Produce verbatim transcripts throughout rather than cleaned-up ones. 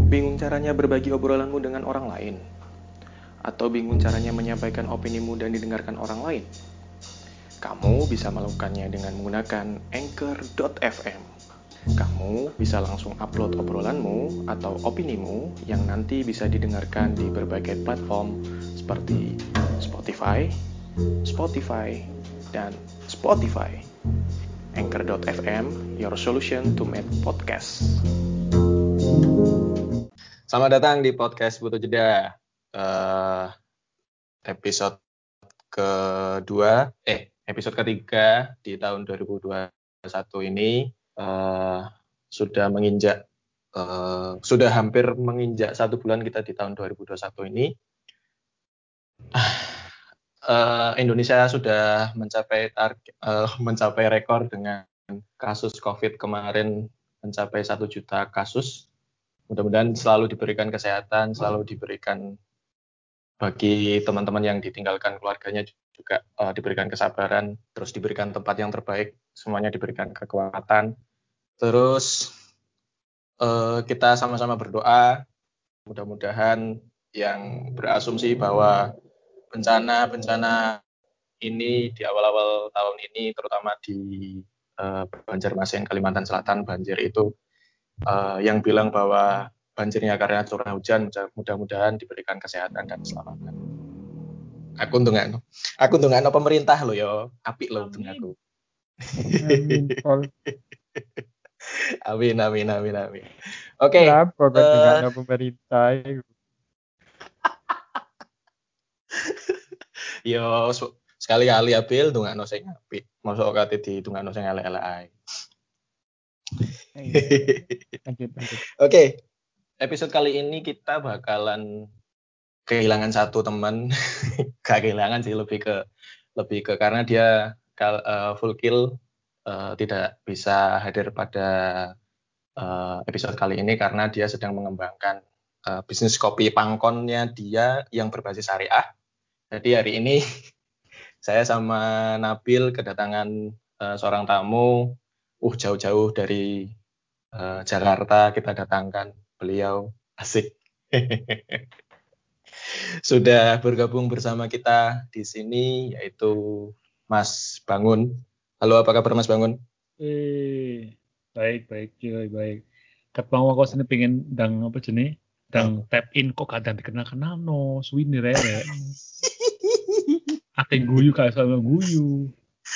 Bingung caranya berbagi obrolanmu dengan orang lain? Atau bingung caranya menyampaikan opinimu dan didengarkan orang lain? Kamu bisa melakukannya dengan menggunakan anchor dot f m. Kamu bisa langsung upload obrolanmu atau opinimu yang nanti bisa didengarkan di berbagai platform seperti Spotify, Spotify, dan Spotify. anchor dot f m, your solution to make podcast. Selamat datang di podcast Butuh Jeda. Uh, episode kedua, eh episode ketiga di tahun dua ribu dua puluh satu ini uh, sudah menginjak, uh, sudah hampir menginjak satu bulan kita di tahun dua ribu dua puluh satu ini. Uh, Indonesia sudah mencapai target, uh, mencapai rekor dengan kasus COVID kemarin mencapai satu juta kasus. Mudah-mudahan selalu diberikan kesehatan, selalu diberikan bagi teman-teman yang ditinggalkan keluarganya juga uh, diberikan kesabaran, terus diberikan tempat yang terbaik, semuanya diberikan kekuatan. Terus uh, kita sama-sama berdoa, mudah-mudahan yang berasumsi bahwa bencana-bencana ini di awal-awal tahun ini, terutama di uh, Banjarmasin, Kalimantan Selatan, banjir itu, uh, yang bilang bahwa banjirnya karena curah hujan, mudah-mudahan diberikan kesehatan dan keselamatan. Aku ndongakno. Aku ndongakno pemerintah lo yo, apik lo ndongaku. Amin. Amin, amin, amin, amin. Oke. Okay, Lah, pokoknya uh, ndongakno pemerintah. Yo sekali-kali Abil ndongakno sing apik. Mosok kate di ndongakno sing elek-elek ae. Lanjut, lanjut. Oke. Okay. Episode kali ini kita bakalan kehilangan satu teman. Gak kehilangan sih, lebih ke lebih ke karena dia uh, full kill uh, tidak bisa hadir pada uh, episode kali ini karena dia sedang mengembangkan uh, bisnis kopi pangkonnya dia yang berbasis syariah. Jadi hari ini saya sama Nabil kedatangan uh, seorang tamu, uh jauh-jauh dari uh, Jakarta kita datangkan beliau, asik. Sudah bergabung bersama kita di sini yaitu Mas Bangun. Halo, apa kabar Mas Bangun? Eh, baik, baik, cuy, baik. Kat bang aku sini pengen dang apa jenis? Dang tap in kok kadang dikenal-kenal no, suwini rere. Ate guyu kayak sama guyu.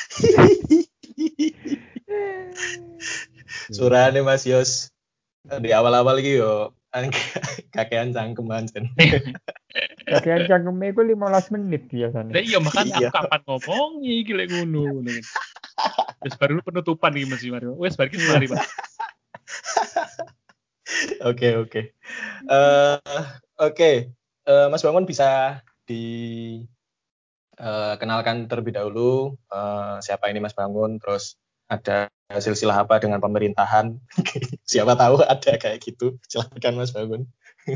Surane Mas Yos di awal-awal iki yo kakean cangkem pancen. Kakean cangkeme iku lima belas menit biasanya. Lah iya makanya aku kapan ngomongnya iki lek ngono. Wes baru penutupan iki Mas Mario. Wes balik mari, Pak. Oke, oke. Eh oke, Mas Bangun bisa dikenalkan uh, terlebih dahulu uh, siapa ini Mas Bangun, terus ada silsilah apa dengan pemerintahan. Siapa tahu ada kayak gitu. Silakan Mas Bangun.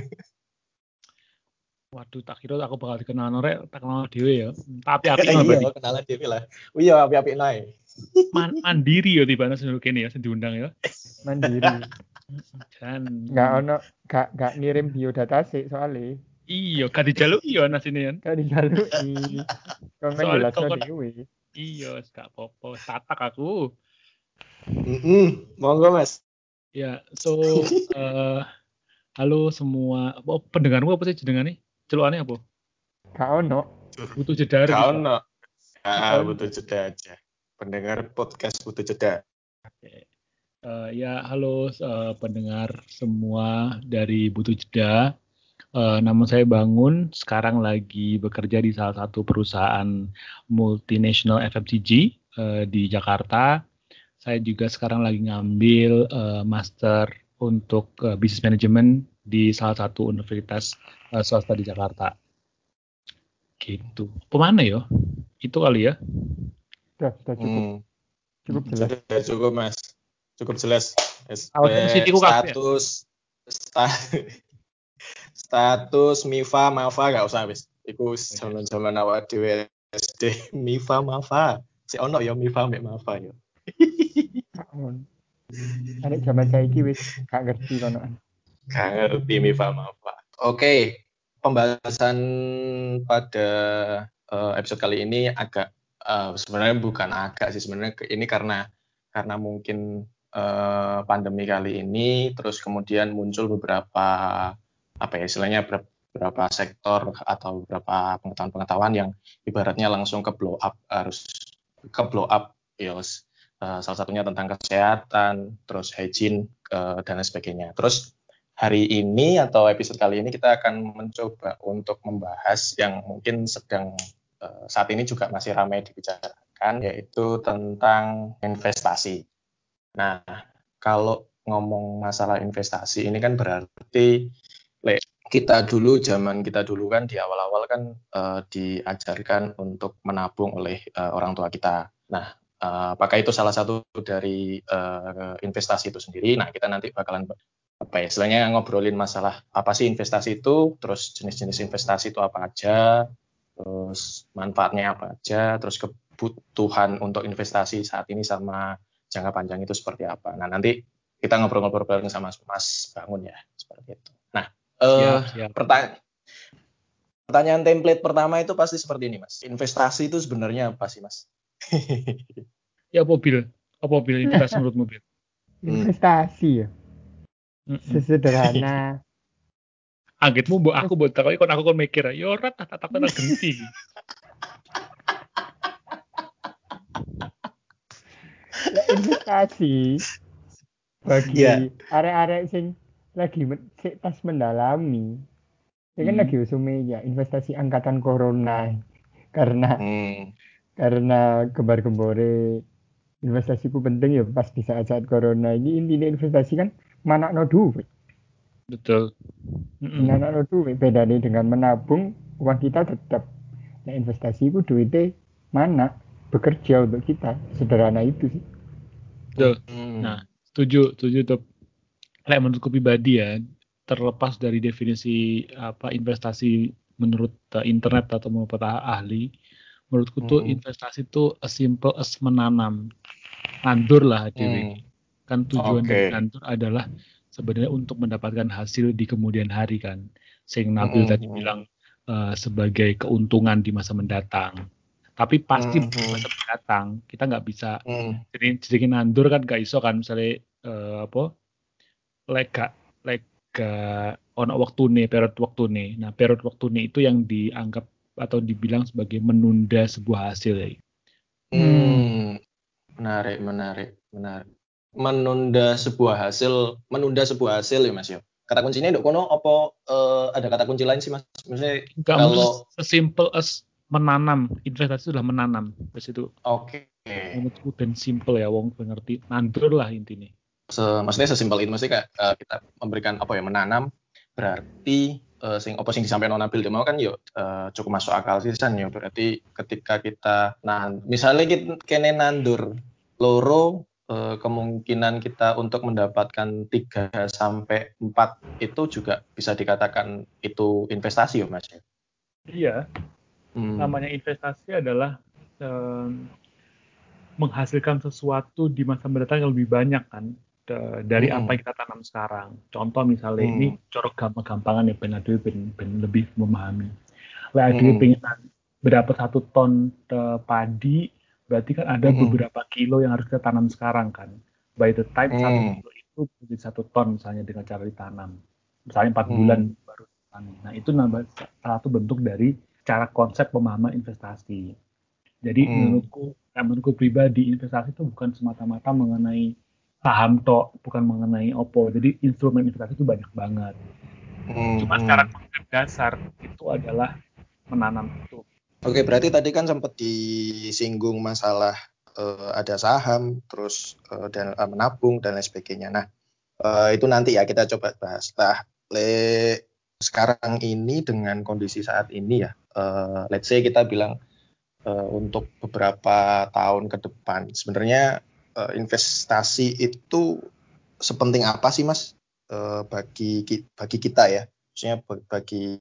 Waduh, tak kira aku bakal dikenal norek, tak kenal dhewe ya. Tapi apik no Iya, berarti. kenalan dhewe lah. Oh iya, apik-apik nae. Man, mandiri ya tiba-tiba sendiri kene ya, sing diundang ya. Mandiri. Jan. Enggak ono, gak gak ngirim biodata sih soalnya. Iya, gak dijaluki ya nas ini kan. Gak dijaluki. Kok kan Soalnya jelasno kok dhewe. iya, gak apa-apa, tatak aku. Heeh, monggo Mas. Ya, so uh, halo semua. Oh, pendengarmu apa sih jenengane? Celukane apa? Gak ono. Butuh jeda Gak gitu. ono. Ah, Ono. butuh jeda aja. Pendengar podcast butuh jeda. Oke. Uh, ya, halo uh, pendengar semua dari Butuh Jeda. Uh, nama saya Bangun, sekarang lagi bekerja di salah satu perusahaan multinational F M C G uh, di Jakarta. Saya juga sekarang lagi ngambil uh, master untuk uh, business management di salah satu universitas uh, swasta di Jakarta. Gitu. Pemana ya? Itu kali ya? Sudah, sudah cukup. Hmm. Cukup jelas. Sudah cukup Mas. Cukup jelas. Awalnya mesti tiku kabeh. Status status Mifa Mafa gak usah wis. Iku zaman-zaman awak dhewe S D. Mifa Mafa. Si ono ya Mifa mek Mafa ya. Gak ono. Anek zaman saiki wis gak ngerti konoan. Gak ngerti Mifa, maaf Pak. Oke, pembahasan pada uh, episode kali ini agak uh, sebenarnya bukan agak sih sebenarnya ini karena karena mungkin uh, pandemi kali ini terus kemudian muncul beberapa apa ya istilahnya beberapa sektor atau beberapa pengetahuan-pengetahuan yang ibaratnya langsung ke blow up harus ke blow up yes. Uh, salah satunya tentang kesehatan, terus hygiene uh, dan lain sebagainya. Terus hari ini atau episode kali ini kita akan mencoba untuk membahas yang mungkin sedang uh, saat ini juga masih ramai dibicarakan, yaitu tentang investasi. Nah, kalau ngomong masalah investasi ini kan berarti le, kita dulu zaman kita dulu kan di awal-awal kan uh, diajarkan untuk menabung oleh uh, orang tua kita. Nah, uh, apakah itu salah satu dari uh, investasi itu sendiri? Nah, kita nanti bakalan apa ya istilahnya ngobrolin masalah apa sih investasi itu, terus jenis-jenis investasi itu apa aja, terus manfaatnya apa aja, terus kebutuhan untuk investasi saat ini sama jangka panjang itu seperti apa. Nah, nanti kita ngobrol-ngobrol bareng sama Mas Bangun ya, seperti itu. Nah, uh, siap, siap. Pertanyaan, pertanyaan template pertama itu pasti seperti ini, Mas. Investasi itu sebenarnya apa sih, Mas? Ya mobil, apa mobil investasi menurut mobil? Investasi ya. Sesederhana. Anggitmu mbok aku mbok takoki kon aku kon mikir ya ora tak tak tak genti. Lah investasi bagi yeah. arek-arek sing lagi men- tas mendalami. Ini kan hmm. lagi usume ya investasi angkatan corona karena hmm. karena gembar-gembore investasiku penting ya pas di saat-saat corona ini intinya investasi kan manakno duit. Betul. Manakno duit bedane dengan menabung uang kita tetap. Nah investasi itu duitnya mana bekerja untuk kita sederhana itu sih. Betul. Hmm. Nah setuju setuju tuh. Kayak menurutku pribadi ya terlepas dari definisi apa investasi menurut uh, internet atau menurut ahli, menurutku mm-hmm. tuh investasi tuh as simple as menanam, nandur lah dewe. Mm. Kan tujuan okay. dari nandur adalah sebenarnya untuk mendapatkan hasil di kemudian hari kan. Sing Nabil mm-hmm. tadi bilang uh, sebagai keuntungan di masa mendatang. Tapi pasti mm-hmm. di masa mendatang kita nggak bisa mm. jadi jadi nandur kan nggak iso kan misalnya uh, apa lega lega ono waktu nih periode waktu nih nah periode waktu nih itu yang dianggap atau dibilang sebagai menunda sebuah hasil ya. Hmm, menarik menarik menarik menunda sebuah hasil menunda sebuah hasil ya Mas yo. Kata kuncinya dok kono apa uh, ada kata kunci lain sih Mas? Maksudnya Enggak, kalau simple as menanam, investasi sudah menanam di situ. Oke. Okay. Menurutku dan simple ya wong mengerti nandur lah intinya. Se, maksudnya sesimpel itu maksudnya kayak uh, kita memberikan apa ya menanam berarti uh, sing apa sing disampaikan Nabil dia mau kan yuk uh, cukup masuk akal sih san yo berarti ketika kita nah misalnya kita kene nandur loro uh, kemungkinan kita untuk mendapatkan tiga sampai empat itu juga bisa dikatakan itu investasi ya Mas ya. Iya. Hmm. Namanya investasi adalah um, menghasilkan sesuatu di masa mendatang yang lebih banyak kan dari hmm. apa yang kita tanam sekarang. Contoh misalnya hmm. ini corok gampang-gampangan ya ben aduh ben, ben lebih memahami. Lah aduh hmm. pengen berapa satu ton uh, padi berarti kan ada hmm. beberapa kilo yang harus kita tanam sekarang kan. By the time hmm. satu kilo itu menjadi satu ton misalnya dengan cara ditanam. Misalnya empat hmm. bulan baru ditanam. Nah itu nambah salah satu bentuk dari cara konsep pemahaman investasi. Jadi hmm. menurutku, ya menurutku pribadi investasi itu bukan semata-mata mengenai saham tok, bukan mengenai opo. Jadi instrumen investasi itu banyak banget. Hmm. Cuma secara konsep dasar itu adalah menanam itu. Oke, berarti tadi kan sempat disinggung masalah uh, ada saham, terus uh, dan uh, menabung dan lain sebagainya. Nah, uh, itu nanti ya kita coba bahas. Nah, le sekarang ini dengan kondisi saat ini ya, uh, let's say kita bilang uh, untuk beberapa tahun ke depan, sebenarnya uh, investasi itu sepenting apa sih Mas uh, bagi bagi kita ya, maksudnya bagi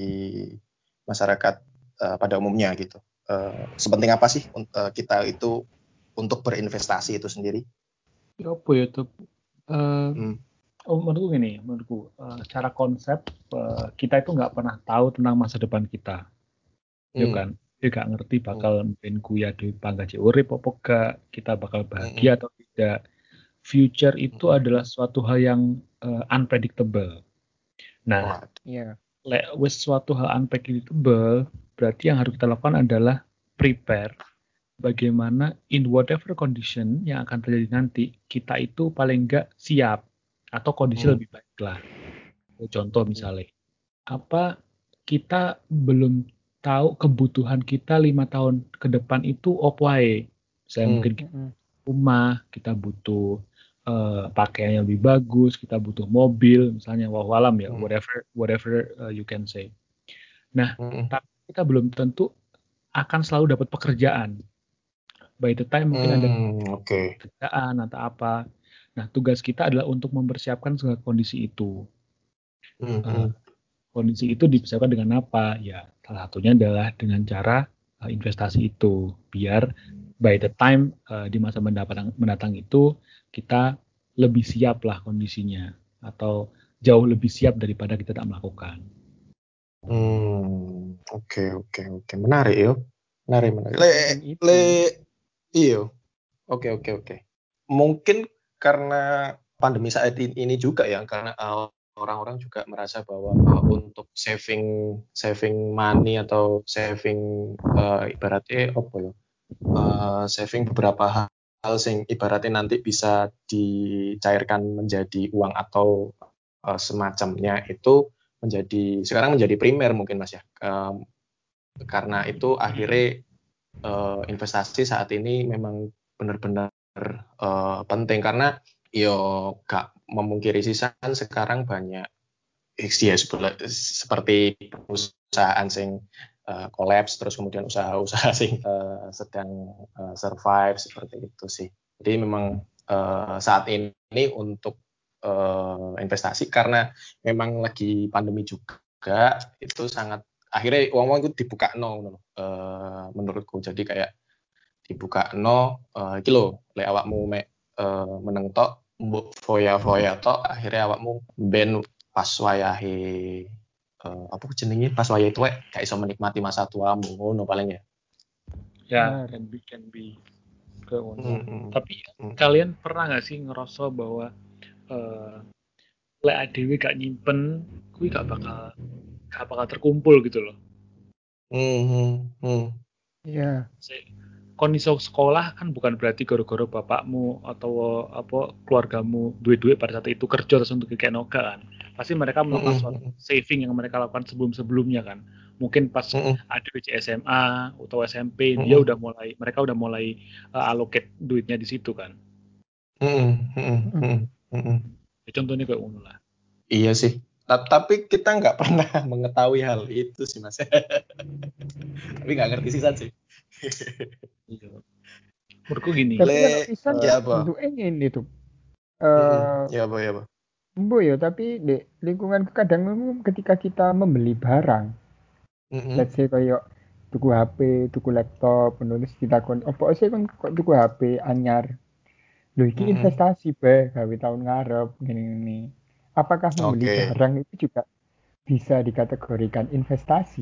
masyarakat uh, pada umumnya gitu. Uh, sepenting apa sih uh, kita itu untuk berinvestasi itu sendiri? Ya apa ya tuh? Uh, hmm. oh, menurutku gini, menurutku uh, secara konsep uh, kita itu nggak pernah tahu tentang masa depan kita, hmm. ya kan? Dia nggak ngerti bakal mungkin kuya di panggaji urip apa gak, kita bakal bahagia hmm. atau tidak. Future itu hmm. adalah suatu hal yang uh, unpredictable. Nah, yeah. le, wis suatu hal unpredictable, berarti yang harus kita lakukan adalah prepare. Bagaimana in whatever condition yang akan terjadi nanti, kita itu paling nggak siap atau kondisi hmm. lebih baik lah. Contoh misalnya, apa kita belum tahu kebutuhan kita lima tahun ke depan itu apa? Saya hmm. mungkin rumah, kita butuh uh, pakaian yang lebih bagus, kita butuh mobil, misalnya wawalam ya, hmm. whatever whatever uh, you can say. Nah, hmm. tapi kita belum tentu akan selalu dapat pekerjaan. By the time mungkin hmm, ada okay. pekerjaan atau apa. Nah, tugas kita adalah untuk mempersiapkan segala kondisi itu. Hmm, uh, kondisi itu dipersiapkan dengan apa? Ya, salah satunya adalah dengan cara uh, investasi itu. Biar by the time uh, di masa mendatang, mendatang itu kita lebih siap lah kondisinya. Atau jauh lebih siap daripada kita tak melakukan. Hmm, oke, oke, oke. Menarik yo. Menarik, menarik. Le, le, iyo. Oke, oke, oke. Mungkin karena pandemi saat ini juga ya, karena uh, orang-orang juga merasa bahwa uh, untuk saving saving money atau saving uh, ibaratnya apa ya? Uh, saving beberapa hal, hal yang ibaratnya nanti bisa dicairkan menjadi uang atau uh, semacamnya itu menjadi sekarang menjadi primer mungkin Mas ya. Um, karena itu akhirnya uh, investasi saat ini memang benar-benar uh, penting karena yo gak memungkiri sisan sekarang banyak ya seperti perusahaan sing uh, collapse terus kemudian usaha-usaha sing uh, sedang uh, survive seperti itu sih. Jadi memang uh, saat ini untuk uh, investasi karena memang lagi pandemi juga itu sangat akhirnya uang-uang itu dibuka no uh, menurutku. Jadi kayak dibuka no uh, iki lho lek awakmu mek uh, meneng tok mbok foya-foya tok akhirnya awakmu ben pas wayahe uh, apa jenenge pas wayahe tuwek gak iso menikmati masa tuamu ngono paling ya. Ya, can be can be ke mm-hmm. Tapi mm-hmm. kalian pernah gak sih ngerasa bahwa uh, lek adewe gak nyimpen kuwi gak bakal gak bakal terkumpul gitu loh. Hmm. Hmm. Iya. Kondisi sekolah kan bukan berarti gara-gara bapakmu atau apa keluargamu duit-duit pada saat itu kerja terus untuk kayak noga kan. Pasti mereka melakukan mm-hmm. suatu saving yang mereka lakukan sebelum-sebelumnya kan. Mungkin pas mm-hmm. ada di S M A atau S M P mm-hmm. dia udah mulai mereka udah mulai uh, allocate duitnya di situ kan. Mm-hmm. Mm-hmm. Ya, contohnya kayak ngono lah. Iya sih. Tapi kita nggak pernah mengetahui hal itu sih Mas. Tapi nggak ngerti sisan sih. Iya. Menurutku gini. Tapi kalau pisan uh, ya bentuknya ini tuh. Uh, ya apa ya apa. Embo ya, tapi di lingkungan kadang ketika kita membeli barang, mm-hmm. let's say kayak tuku H P, tuku laptop, menulis kita kon, apa sih kan kok tuku H P anyar, loh ini mm-hmm. investasi be, gawe tahun ngarep gini-gini. Apakah membeli okay. barang itu juga bisa dikategorikan investasi?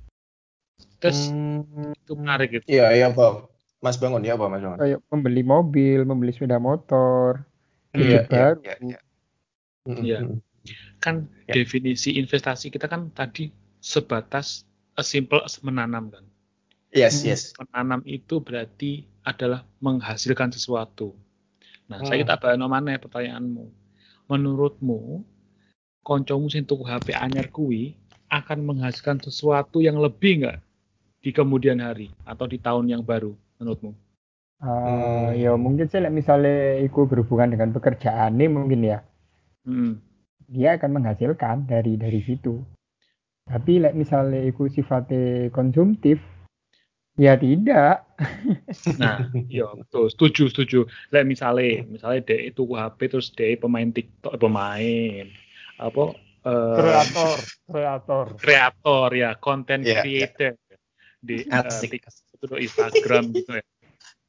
Terus hmm, itu menarik gitu. Iya iya Pak. Mas Bangun ya apa Mas Bangun? Kayak membeli mobil, membeli sepeda motor, gadget iya, baru. Iya, iya, iya. Ya. Kan ya. Definisi investasi kita kan tadi sebatas as simple as menanam kan. Yes, yes. Menanam itu berarti adalah menghasilkan sesuatu. Nah, hmm. saya tak bayangno maneh pertanyaanmu. Menurutmu koncomu sing tuku H P anyar kuwi akan menghasilkan sesuatu yang lebih enggak di kemudian hari atau di tahun yang baru menurutmu? Uh, hmm. Ya mungkin saya misalnya itu berhubungan dengan pekerjaan nih mungkin ya. Hmm. Dia akan menghasilkan dari dari situ. Tapi like, misalnya itu sifatnya konsumtif, ya tidak. Nah, iya betul, setuju setuju. Like, misalnya, misalnya dia itu H P terus dia pemain TikTok, pemain apa? Uh, kreator, kreator, kreator ya, content yeah, creator yeah. di uh, TikTok, Instagram gitu ya.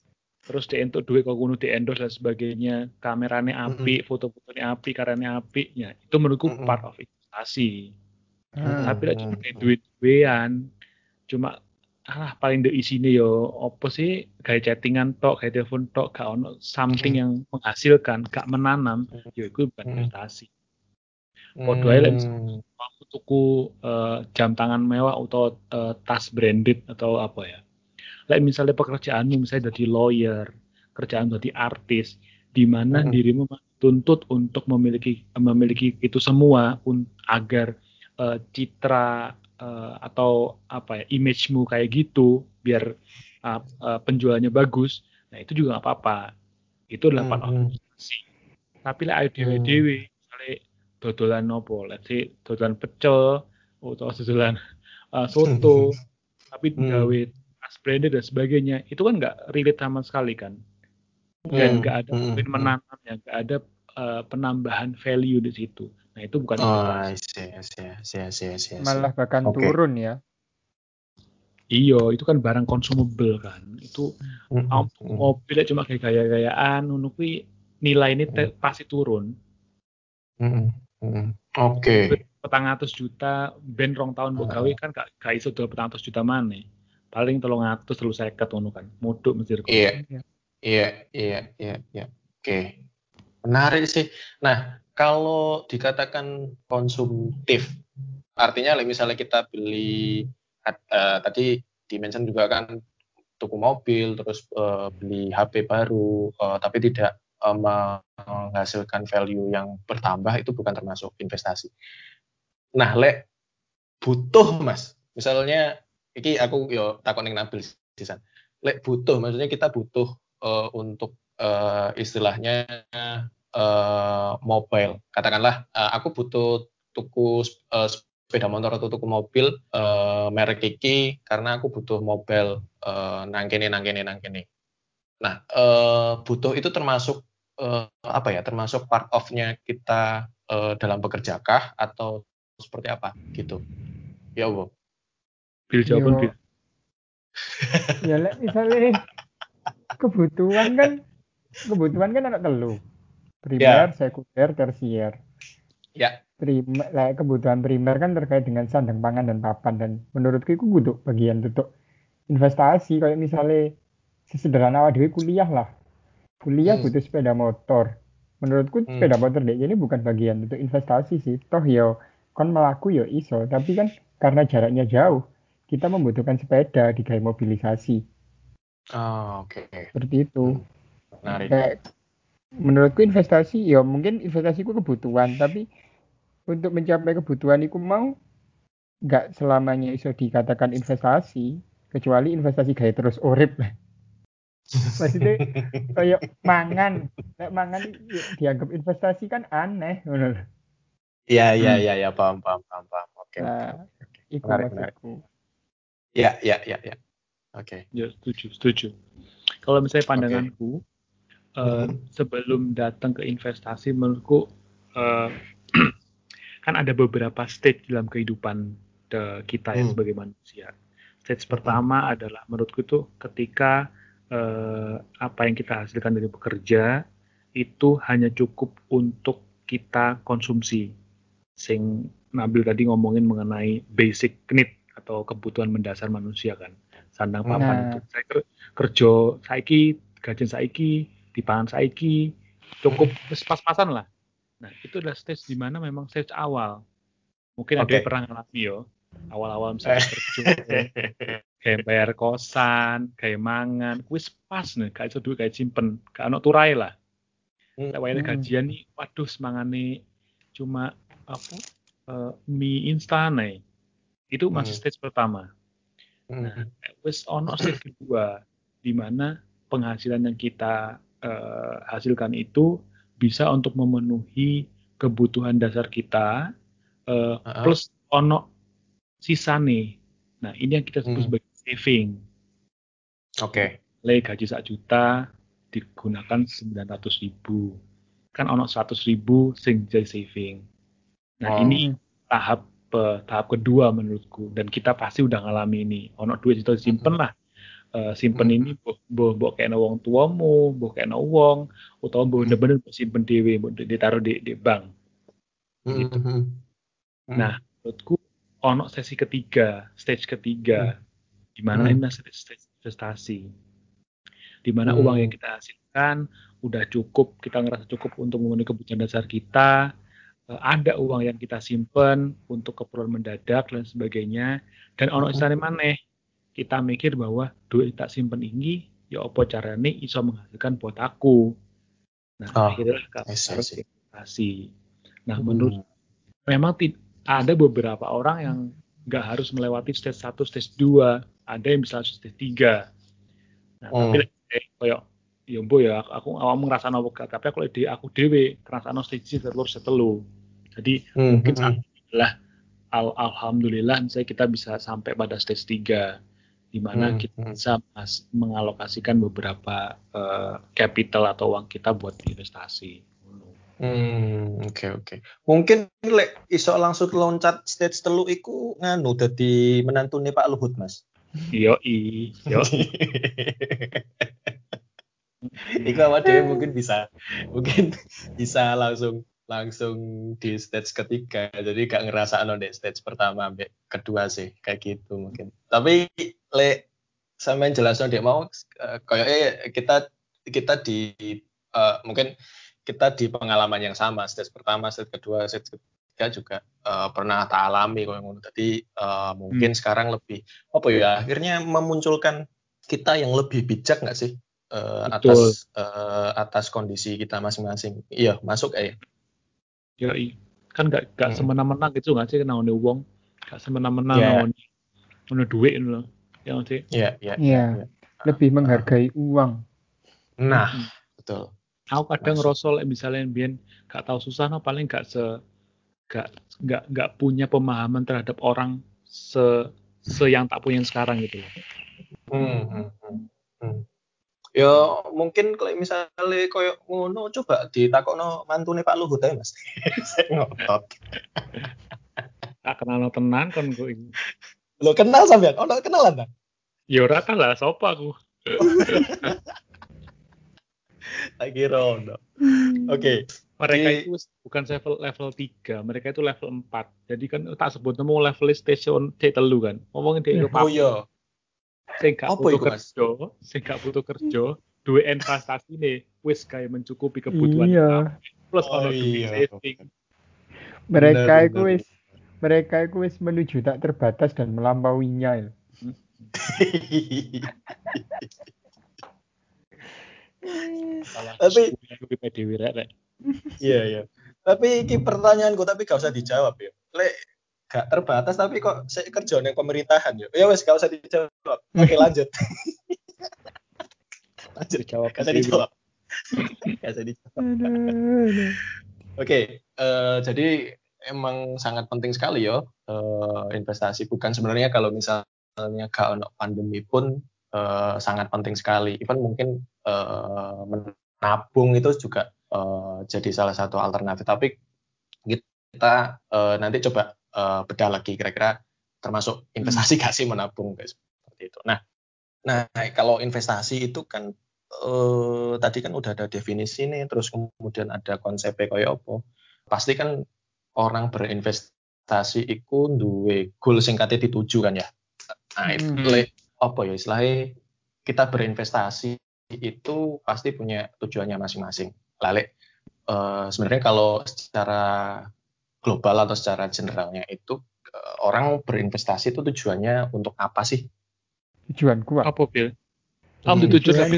terus dientuk duit kok kuno di endorse dan sebagainya, kameranya api, mm-hmm. foto-fotonya api, karyanya api, ya itu menurutku mm-hmm. part of investasi. Mm-hmm. Tapi lah cuma kayak duit-duitan, cuma alah paling the isine yo opo sih kayak chattingan tok, kayak telepon tok, gak ono something mm-hmm. yang menghasilkan, gak menanam, yo itu bukan mm-hmm. investasi. Podo ae lek aku tuku uh, jam tangan mewah atau uh, tas branded atau apa ya. Lek misalnya pekerjaanmu misalnya jadi lawyer, kerjaan jadi artis, di mana mm-hmm. dirimu tuntut untuk memiliki memiliki itu semua un, agar uh, citra uh, atau apa ya image-mu kayak gitu biar uh, uh, penjualannya bagus. Nah, itu juga enggak apa-apa. Itu adalah part of investasi. Tapi lek ayo dhewe-dhewe misalnya dodolan nopo, let's say dodolan pecel atau dodolan uh, soto tapi gawe branded dan sebagainya, itu kan nggak relate sama sekali kan, dan nggak ada poin mm, menanamnya, nggak ada uh, penambahan value di situ. Nah itu bukan investasi. Oh, malah bahkan okay. turun ya. Iyo, itu kan barang consumable kan, itu mm, mm, mobilnya cuma kayak gaya-gayaan, nunukui nilai ini te- mm. pasti turun. Mm, mm. Oke. Okay. Petang atus juta, band rong tahun buat gawe kan gak, gak iso dua petang atus juta mana. Paling telung atus terlalu seket ngono kan, moduk mesti rekor. Iya, iya, iya, iya, iya. Oke, menarik sih. Nah, kalau dikatakan konsumtif, artinya misalnya kita beli uh, tadi dimention juga kan tuku mobil, terus uh, beli H P baru, uh, tapi tidak uh, menghasilkan value yang bertambah, itu bukan termasuk investasi. Nah, lek butuh mas, misalnya iki aku yo takon ning Nabil sisan. Lek butuh, maksudnya kita butuh uh, untuk uh, istilahnya uh, mobile. Katakanlah uh, aku butuh tuku uh, sepeda motor atau tuku mobil uh, merek iki karena aku butuh mobile uh, nang kene nang kene nang kene. Nah, uh, butuh itu termasuk uh, apa ya? Termasuk part of-nya kita uh, dalam bekerja kah atau seperti apa gitu? Ya Allah. Bil jawaban bil. Ya lek misalnya kebutuhan kan kebutuhan kan ada telu. Primer, yeah. sekunder, tersier. Ya. Yeah. Primer, lah, kebutuhan primer kan terkait dengan sandang pangan dan papan, dan menurutku itu butuh bagian untuk investasi. Kayak misalnya sesederhana awak dhewe kuliah lah. Kuliah hmm. butuh sepeda motor. Menurutku hmm. sepeda motor deh ini bukan bagian untuk investasi sih. Toh yo kon melaku yo iso, tapi kan karena jaraknya jauh, kita membutuhkan sepeda di gaya mobilisasi. Oh, oke. Okay. Seperti itu. Menarik. Kayak, menurutku investasi, ya mungkin investasiku kebutuhan, tapi untuk mencapai kebutuhan itu mau nggak selamanya iso dikatakan investasi, kecuali investasi gaya terus urip. Maksudnya kayak mangan, nek mangan dianggap investasi kan aneh, benar. Iya iya iya ya, paham paham paham paham. Oke. Okay, nah, okay, okay. Itu menarik, maksudku. Ya ya ya ya. Oke. Okay. Ya setuju setuju. Kalau misalnya pandanganku, okay. uh, sebelum datang ke investasi, menurutku uh, kan ada beberapa stage dalam kehidupan de, kita ya hmm. sebagai manusia. Stage hmm. pertama adalah menurutku tuh ketika uh, apa yang kita hasilkan dari bekerja itu hanya cukup untuk kita konsumsi. Sing Nabil tadi ngomongin mengenai basic need atau kebutuhan mendasar manusia kan, sandang papan nah. Untuk saya kerja saiki, gajian saiki, dipangan saiki, cukup pas-pasan lah. Nah itu adalah stage di mana memang stage awal. Mungkin okay. ada yang pernah ngalami yo, awal-awal misalnya kerja, kayak bayar kosan, kayak mangan, kuis pas nih, kayak itu duit kayak simpen, kayak anak turai lah. Lek wae gajian nih, waduh semangane cuma apa uh, mie instan nih. Itu masih stage pertama. Nah, wis ono stage kedua di mana penghasilan yang kita uh, hasilkan itu bisa untuk memenuhi kebutuhan dasar kita uh, uh-huh. plus ono sisa nih. Nah, ini yang kita sebut hmm. sebagai saving. Oke. Okay. Le gaji sak juta digunakan sembilan ratus ribu. Kan ono seratus ribu sing jadi saving. Nah, oh. ini tahap uh, tahap kedua menurutku, dan kita pasti udah ngalami ini. Ono duit itu simpen lah, uh, simpen hmm. ini mbok mbok kena wong tuamu, mbok kena wong, utawa mbok hmm. bener-bener simpen dhewe, mbok ditaruh di di bank. Gitu. Hmm. Hmm. Nah, menurutku ono sesi ketiga, stage ketiga, hmm. di mana hmm. ini stage investasi. Di mana hmm. uang yang kita hasilkan udah cukup, kita ngerasa cukup untuk memenuhi kebutuhan dasar kita. Ada uang yang kita simpen untuk keperluan mendadak dan sebagainya. Dan ono isane maneh, kita mikir bahwa duit tak simpen ini ya apa carane iso menghasilkan buat aku. Nah, oh, akhirnya harus investasi. Nah, hmm. menurut memang t- ada beberapa orang yang nggak harus melewati stage satu, stage dua, ada yang bisa stage tiga. Nah, hmm. tapi eh, kayak ya mbo ya aku awak ngrasakno wegah, tapi aku di aku dhewe ngrasakno stage telur setelu. Jadi hmm. mungkin alhamdulillah al- alhamdulillah misalnya kita bisa sampai pada stage tiga di mana hmm. kita bisa mas- mengalokasikan beberapa uh, capital atau uang kita buat investasi. Hmm, oke okay, oke. Okay. Mungkin lek iso langsung loncat stage telu iku nganu dadi menantune Pak Luhut, Mas. Yo i, yo. Iku awak dhewe mungkin bisa mungkin bisa langsung langsung di stage ketiga. Jadi gak ngerasakno di stage pertama sampai kedua sih kayak gitu mungkin. Tapi lek sampean jelasno dek mau uh, koyoke kita kita di uh, mungkin kita di pengalaman yang sama, stage pertama, stage kedua, stage ketiga juga uh, pernah tak alami kalau ngono. Jadi uh, mungkin hmm. sekarang lebih apa ya akhirnya memunculkan kita yang lebih bijak nggak sih uh, atas uh, atas kondisi kita masing-masing. Iya masuk ya. Ya kan nggak nggak hmm. semena-mena gitu nggak sih naone uang, nggak semena-mena yeah. naone naone duit loh, ya nggak sih? Iya iya. Iya. Lebih menghargai uh. uang. Nah hmm. betul. Aku kadang ngerosol misalnya biar gak tahu susah, no paling gak se gak gak gak punya pemahaman terhadap orang se se yang tak punya sekarang gitu. Hmm, hmm, hmm. Ya mungkin kalau misalnya koyo ngono coba ditakokno mantune Pak Luhut ae Mas. Saya ngotot. Tak kenal tenan kan gue ini. Lo kenal sampean? Oh, kenalan ta? Ya ora kan lah, sapa aku. Tak kira ono. Oke. Mereka di... itu bukan level level tiga, mereka itu level empat. Jadi kan tak sebut nemu level station C telu kan. Ngomongin dia itu oh iya. Sing gak butuh kerja, sing gak butuh kerja, duwe investasi nih wis kayak mencukupi kebutuhan iya. Plus oh, ono duit iya. saving. Mereka itu wis mereka itu wis menuju tak terbatas dan melampauinya. Tapi iya iya. Tapi iki pertanyaanku tapi gak usah dijawab ya. Lek gak terbatas tapi kok saya kerja ning pemerintahan ya. Ya wes gak usah dijawab. Oke lanjut. lanjut jawab. Gak usah dijawab. Gak usah dijawab. Oke, uh, jadi emang sangat penting sekali ya uh, investasi. Bukan sebenarnya kalau misalnya gak ono pandemi pun uh, sangat penting sekali. Even mungkin uh, menabung itu juga uh, jadi salah satu alternatif. Tapi kita uh, nanti coba uh, bedah lagi kira-kira termasuk investasi gak sih menabung guys seperti itu. Nah, nah kalau investasi itu kan uh, tadi kan udah ada definisi nih, terus kemudian ada konsepnya kayak apa. Pasti kan orang berinvestasi itu duwe goal singkatnya dituju kan ya. Nah, hmm. apa ya istilahnya kita berinvestasi itu pasti punya tujuannya masing-masing. Lalu uh, sebenarnya kalau secara global atau secara generalnya itu uh, orang berinvestasi itu tujuannya untuk apa sih? Tujuan kuat. Apa Bil? Kamu tujuan apa?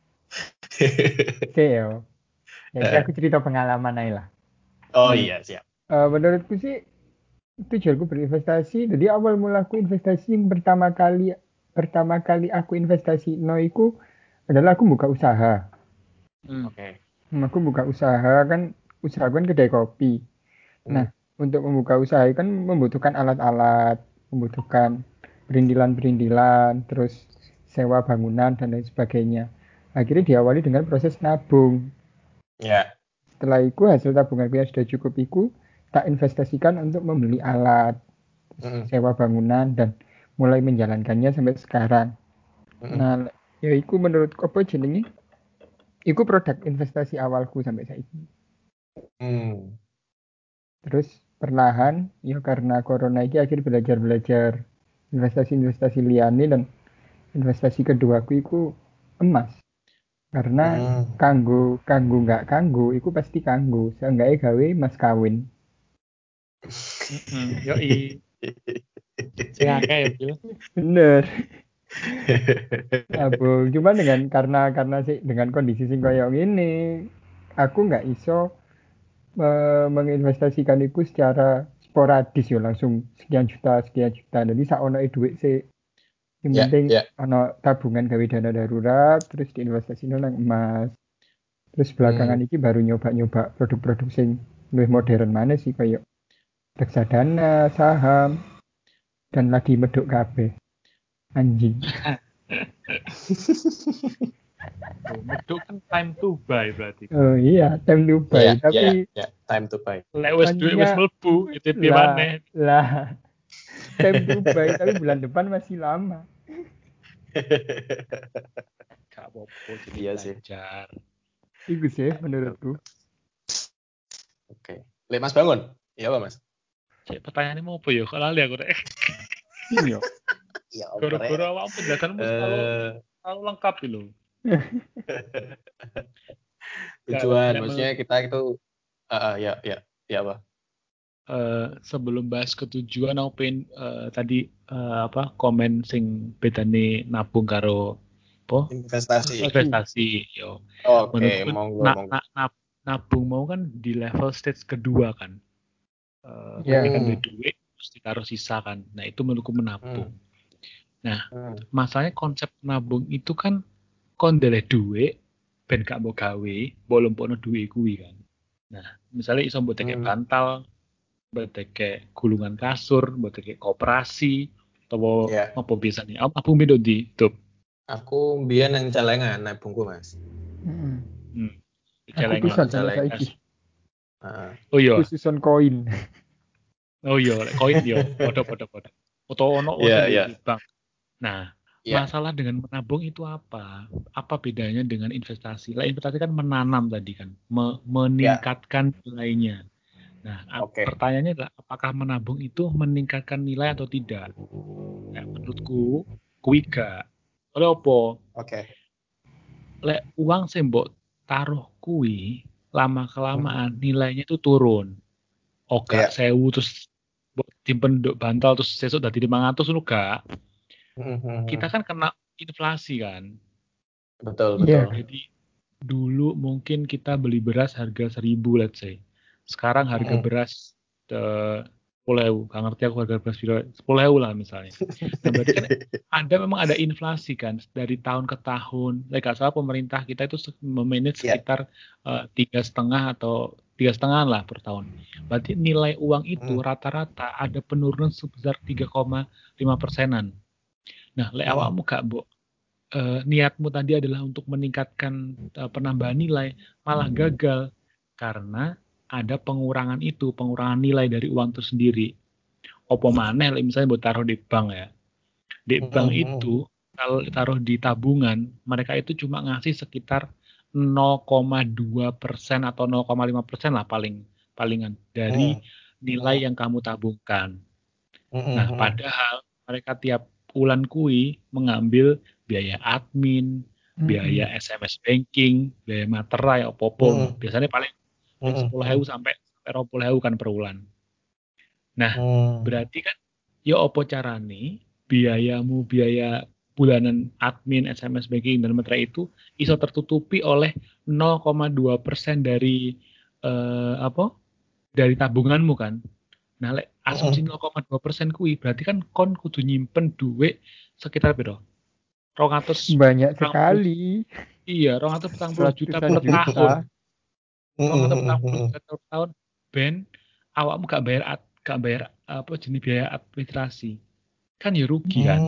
Saya. Jadi aku cerita pengalaman aja lah. Oh iya siap. Uh, menurutku sih tujuanku berinvestasi. Jadi awal mulaku investasi yang pertama kali pertama kali aku investasi noiku adalah aku buka usaha. Hmm. Oke. Okay. Aku buka usaha kan usaha kan kedai kopi. Hmm. Nah untuk membuka usaha kan membutuhkan alat-alat, membutuhkan perindilan-perindilan, terus sewa bangunan dan lain sebagainya. Akhirnya diawali dengan proses nabung. Ya. Yeah. Setelah itu hasil tabunganku yang sudah cukup itu tak investasikan untuk membeli alat, mm. sewa bangunan dan mulai menjalankannya sampai sekarang. Nah, ya iku menurutku apa jenenge? Iku produk investasi awalku sampai saiki. Hmm. Terus perlahan ya karena corona ini akhir belajar-belajar investasi-investasi liyane dan investasi keduaku iku emas. Karena Hmm. kanggo kanggo nggak kanggo iku pasti kanggo. Seenggaknya gawe mas kawin. Heeh, yoi. Sing akeh ya, Bil. Bener. Abang, cuman dengan karena karena sih dengan kondisi sing koyo ini, aku nggak iso me- menginvestasikan itu secara sporadis ya langsung sekian juta sekian juta. Jadi sak ono duit sih. Yang Ya, penting ya. ono tabungan gawe dana darurat, terus diinvestasiin nang emas. Terus belakangan Hmm. ini baru nyoba-nyoba produk-produk sing lebih modern mana sih kayak reksadana, saham, dan lagi meduk kabeh. Anjing. Tuh, meduk kan time to buy berarti. Oh iya, time to buy. Ya, ya, Tapi ya. Time to buy. Lek wis duit wis hanya mlebu, itu piye lah, maneh? lah. Time to buy, tapi bulan depan masih lama. Gak apa-apa jadi Iya sih. belajar. Itu sih menurutku. Oke. Le Mas bangun. Iya apa Mas? Cek pertanyaannya mau apa ya? Kok lali aku deh. Iya. Ya, Gara-gara awak penjelasanmu selalu Eh, selalu lengkap loh. Gak lah, tujuan lek maksudnya menurutku kita itu ah ah, ya, ya, ya apa? eh, sebelum bahas ketujuan aku pengen eh, tadi eh, apa komen sing bedane nabung karo apa Investasi. investasi yo. Oke, Menurutku kan monggo, na, monggo. na, na- nabung mau kan di level stage kedua kan. Eh, Ya. ketika Hmm. ada duit terus ditaruh sisa kan. Nah, itu menurutku menabung. Hmm. Nah, Hmm. masalahnya konsep nabung itu kan kon ndeleh duit ben gak mau gawe, mbok lompokno duit kuwi kan. Nah, misalnya iso mbok tekek Hmm. bantal, mbok tekek gulungan kasur, mbok tekek koperasi, atau Ya, apa biasanya? Apa apa beda di tuh? aku biyen yang celengan nabungku Mas. Mm-mm. Hmm, di Aku celengan. Aku pisan sampai celeng. Yes. saiki. Heeh. Oh iya, Khususon koin. oh iya, lek koin yo, podo-podo podo. Atau ono Iya, wonten di, iya. di bank. Nah, Iya. masalah dengan menabung itu apa? Apa bedanya dengan investasi? Lah investasi kan menanam tadi kan, me- Ya, meningkatkan nilainya. Nah, ap- oke. pertanyaannya adalah apakah menabung itu meningkatkan nilai atau tidak? Nah, menurutku, kuwi gak. Oleh opo? Oke. Lek uang sing mbok taruh kuwi lama Mhm. kelamaan nilainya itu turun. Oh gak Iya. sewu terus mbok timpen nduk bantal terus sesuk dadi lima ratus ngono gak. Kita Mhm. kan kena inflasi kan. Betul, Iya. betul. Jadi dulu mungkin kita beli beras harga seribu let's say. Sekarang harga Mhm. beras eh, sepuluh ribu. Gak ngerti aku harga beras piro. sepuluh ribu lah misalnya. Nah berarti kan ada memang ada inflasi kan dari tahun ke tahun. Like gak salah pemerintah kita itu se- memanage Iya. sekitar eh, tiga setengah atau tiga setengah lah per tahun. Berarti nilai uang itu Mhm. rata-rata ada penurunan sebesar tiga koma lima persenan. Nah, lek Mhm. awakmu gak mbok eh, niatmu tadi adalah untuk meningkatkan eh, penambahan nilai, malah gagal karena ada pengurangan itu, pengurangan nilai dari uang itu sendiri. Opo maneh, like misalnya buat taruh di bank ya, di bank Mhm. itu kalau taruh di tabungan, mereka itu cuma ngasih sekitar nol koma dua persen atau nol koma lima persen lah paling palingan dari Mhm. nilai yang kamu tabungkan. Nah, Mhm. padahal mereka tiap bulan kui mengambil biaya admin, Mm-mm. biaya S M S banking, biaya materai, opo-opo. No. Mhm. Biasanya paling paling sepuluh ribu Mhm. sampai sampai dua puluh ribu kan per bulan. Nah, Mhm. berarti kan ya opo carane biayamu, biaya bulanan admin, S M S banking dan materai itu iso tertutupi oleh nol koma dua persen dari eh, apa? Dari tabunganmu kan. Nah, lek asumsi Mhm. nol koma dua persen kuwi berarti kan kon kudu nyimpen duit sekitar piro? dua ratus Banyak empat puluh sekali. iya, dua ratus empat puluh juta Ratusan per tahun. juta. Mhm. dua ratus empat puluh Mhm. juta per tahun ben awakmu gak bayar ad, gak bayar apa jenis biaya administrasi. Kan ya rugi kan?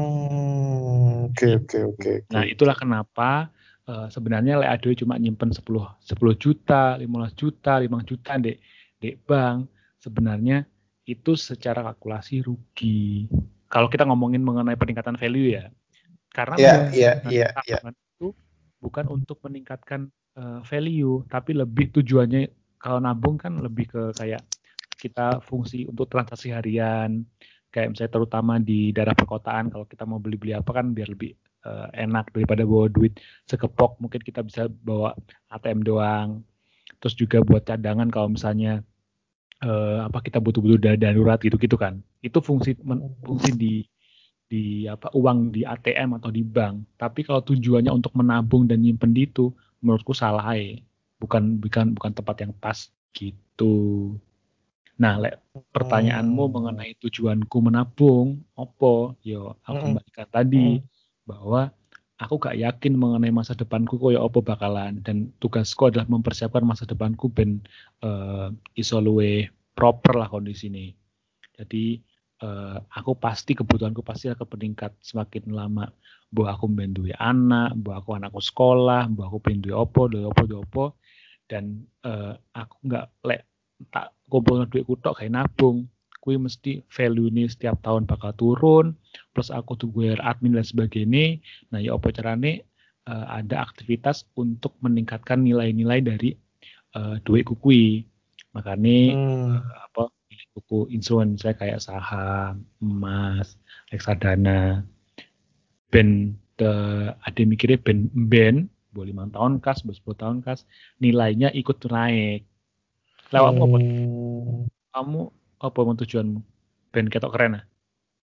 Hmm, oke, oke, oke, Gitu. oke, Nah, oke. itulah kenapa eh, sebenarnya lek adoe cuma nyimpen sepuluh sepuluh juta, lima belas juta, lima juta dek dek bank, sebenarnya itu secara kalkulasi rugi. Kalau kita ngomongin mengenai peningkatan value ya. Karena Iya, memang iya, tujuan iya, iya. tabungan itu bukan untuk meningkatkan uh, value, tapi lebih tujuannya kalau nabung kan lebih ke kayak kita fungsi untuk transaksi harian, kayak misalnya terutama di daerah perkotaan kalau kita mau beli-beli apa kan biar lebih uh, enak daripada bawa duit sekepok, mungkin kita bisa bawa A T M doang. Terus juga buat cadangan kalau misalnya uh, apa kita butuh-butuh darurat gitu-gitu kan. Itu fungsi men, fungsi di di apa uang di A T M atau di bank. Tapi kalau tujuannya untuk menabung dan nyimpen di itu, menurutku salah ya. Bukan bukan bukan tempat yang pas gitu. Nah, lek pertanyaanmu Hmm. mengenai tujuanku menabung, opo? Yo, aku Mm-mm. kembalikan tadi Mm-mm. bahwa aku gak yakin mengenai masa depanku koyo opo bakalan, dan tugasku adalah mempersiapkan masa depanku ben uh, iso luwe proper lah kondisi ini. Jadi uh, aku pasti kebutuhanku pasti akan meningkat semakin lama. Mbok aku ben duwe anak, mbok aku anakku sekolah, mbok aku ben duwe opo, duwe opo, duwe opo, dan uh, aku nggak lek tak kumpulin duit kutok kayak nabung, kui mesti value ini setiap tahun bakal turun, plus aku tuh bayar admin dan sebagainya. Nah, ya apa carane uh, ada aktivitas untuk meningkatkan nilai-nilai dari uh, duit kui. Makanya Hmm. uh, apa buku instrumen saya kayak saham, emas, reksadana, ben uh, ada mikirnya ben ben boleh lima tahun kas, sepuluh tahun kas, nilainya ikut naik. Lewatmu apa? Hmm. Kamu apa mau tujuanmu? Ben ketok keren ah?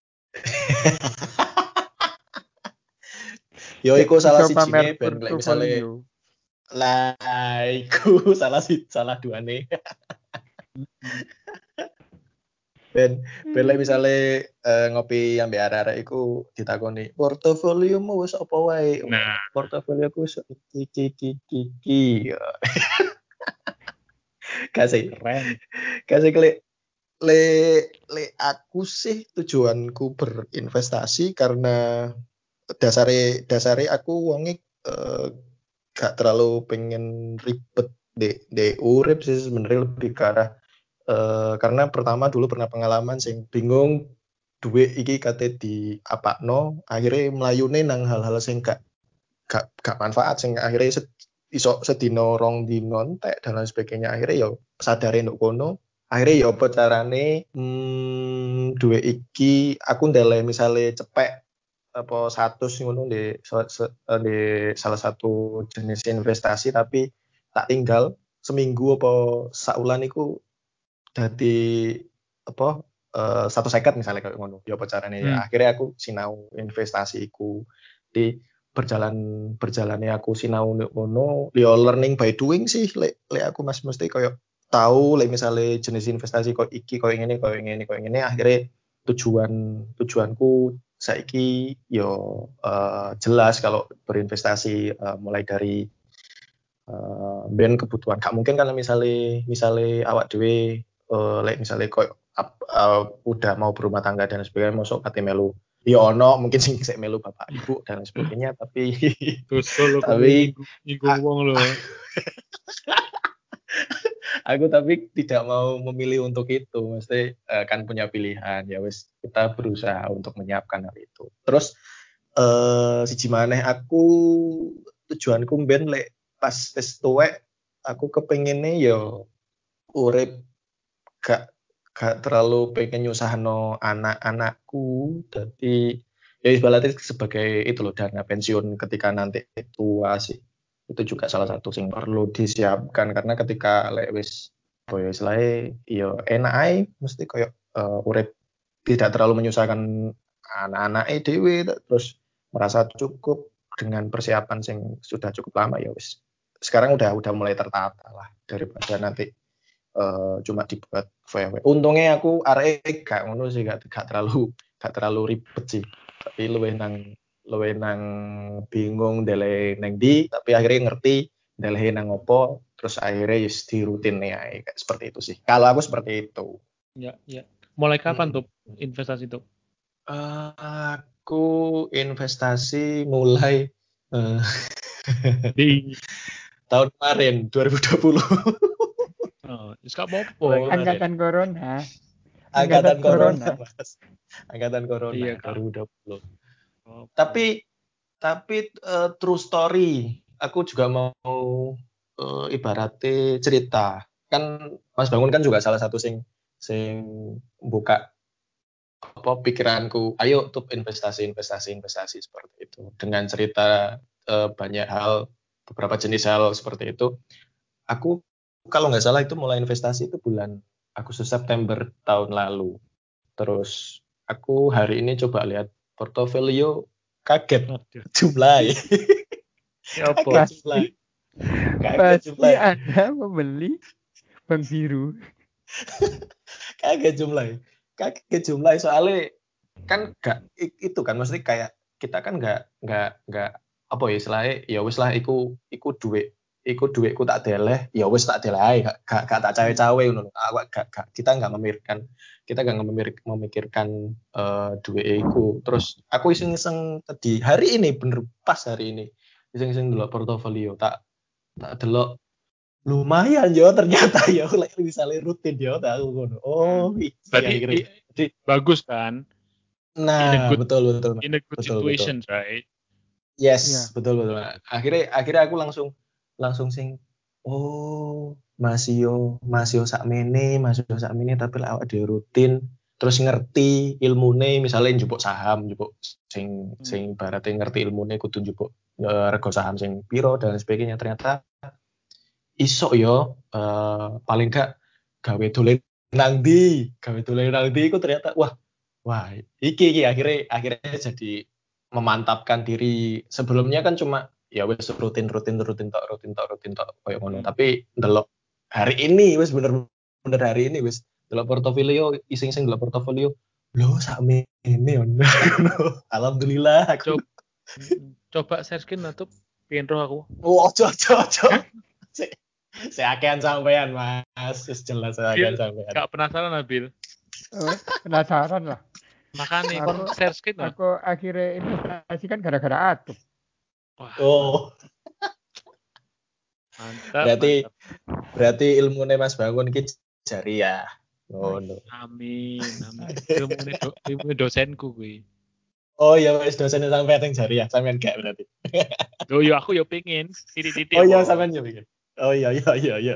Yo Cek iku salah iso sijine pamer ben lek misale portofolio. lah iku salah si salah duane. Hmm. Ben ben lek misale uh, ngopi ambek arek-arek iku ditakoni, "Portofoliomu wis apa wae?" Nah, Portofolioku wis iki iki iki. Kasih. keren. Kasih klik le le aku sih tujuanku berinvestasi karena dasare dasare aku wonge uh, gak terlalu pengen ribet di di urip sih sebenarnya lebih ke arah uh, karena pertama dulu pernah pengalaman sing bingung duit iki kate di apakno akhirnya melayune nang hal-hal sing gak gak gak manfaat sing akhirnya iso sedino rong dino entek dan lain sebagainya akhirnya yo sadare nduk kono akhirnya yo apa carane hmm, duit iki aku ndele misale cepek apa satu ngono di, di salah satu jenis investasi tapi tak tinggal seminggu apa saulan iku dadi apa uh, satu seket misalnya kayak ngono ya apa caranya ya Hmm. akhirnya aku sinau investasiku di berjalan berjalannya aku sinau ngono yo learning by doing sih lek le aku mas mesti kayak tahu lek misalnya jenis investasi kok iki kok ini kok ini kok ini akhirnya tujuan tujuanku saiki yo uh, jelas kalau berinvestasi uh, mulai dari uh, ben kebutuhan gak mungkin kan misalnya misalnya awak dewe uh, like misalnya kok uh, udah mau berumah tangga dan sebagainya masuk kate melu ya ono mungkin sing sik melu bapak ibu dan sebagainya tapi Terus lo kamu tapi nyinggung nyinggung wong lo. aku tapi tidak mau memilih untuk itu mesti uh, kan punya pilihan ya wis kita berusaha untuk menyiapkan hal itu terus uh, siji maneh aku tujuanku ben lek pas wis tuwek aku kepengine yo urip gak gak terlalu pengen nyusahno anak-anakku jadi ya ibaratnya sebagai itu loh dana pensiun ketika nanti tua sih itu juga salah satu yang perlu disiapkan karena ketika lek wis koyo istilahnya yo enak ae mesti koyo uh, urip tidak terlalu menyusahkan anak-anak dhewe terus merasa cukup dengan persiapan yang sudah cukup lama ya wis sekarang udah udah mulai tertata lah daripada nanti uh, cuma dibuat V W. Untungnya aku arek gak ngono sih gak, gak terlalu gak terlalu ribet sih. Tapi luwih nang luwih nang bingung dele nang di tapi akhirnya ngerti dele nang opo terus akhirnya just di rutin ya kayak seperti itu sih. Kalau aku seperti itu. Ya, ya. Mulai kapan Hmm. tuh investasi tuh? Uh, aku investasi mulai uh, Di tahun kemarin dua ribu dua puluh. oh, gak apa-apa. Angkatan corona. Angkatan corona, Mas. Angkatan corona Iya, Kak. dua ribu dua puluh. Oh. Tapi tapi uh, true story. Aku juga mau uh, ibaratnya cerita. Kan Mas Bangun kan juga salah satu sing sing buka apa pikiranku. Ayo tuh investasi investasi investasi seperti itu. Dengan cerita uh, banyak hal, beberapa jenis hal seperti itu. Aku kalau nggak salah itu mulai investasi itu bulan Agustus September tahun lalu. Terus aku hari ini coba lihat portofolio, kaget jumlah. Ya apa? Pasti, pasti Anda membeli Bank Biru. Kaget jumlah. Kaget jumlah soalnya kan gak itu kan maksudnya kayak kita kan nggak nggak nggak apa ya istilahnya ya wis lah iku iku duit iku duitku tak deleh ya wis tak deleh ae gak, gak, gak tak cawe-cawe ngono lho. Kita nggak memikirkan kita nggak memikirkan, memikirkan uh, duit iku. Terus aku iseng-iseng tadi hari ini bener pas hari ini iseng-iseng delok portofolio tak tak delok lumayan yo ternyata ya lek misalnya rutin yo tak aku ngono. Oh, berarti iya, i, jadi bagus kan? Nah, in a good, betul betul. In a good betul, situation, betul. right? Yes, ya. betul betul. Akhirnya akhirnya aku langsung langsung sing oh, masih masih sakmene, masih sakmene tapi lek awak dhewe rutin terus ngerti ilmune misalnya njupuk saham, njupuk sing hmm. sing ibaratnya ngerti ilmune kudu njupuk uh, rego saham sing piro dan sebagainya. Ternyata iso yo uh, paling gak gawe dolen nang ndi, gawe dolen nang ndi iku ternyata wah wah iki iki akhirnya akhirnya jadi memantapkan diri. Sebelumnya kan cuma ya wes rutin rutin rutin tok rutin tok rutin tok koyo ngono. Hmm. Tapi ndelok hari ini wes bener-bener hari ini wes ndelok portofolio iseng-iseng ndelok portofolio lho sakmene ono. Alhamdulillah aku. Coba, coba share screen lah tuh pengen roh aku. Oh, ojo ojo ojo. Saya akan sampean Mas, jelas saya akan sampean. Gak penasaran Nabil? Oh, penasaran lah. Makanya kon share screen lah. Aku akhirnya investasi kan gara-gara atup. Wah, oh. Mantap. Berarti mantap. berarti ilmunya Mas Bangun ki jariah. Oh, no. Amin, amin. Ilmunya do, ilmu dosenku kuwi. Oh iya wis dosennya sampean teng jariah, sampean gak berarti. Oh iya aku yo pengen titik-titik. Oh iya sampean yo pengen. Oh iya iya iya iya.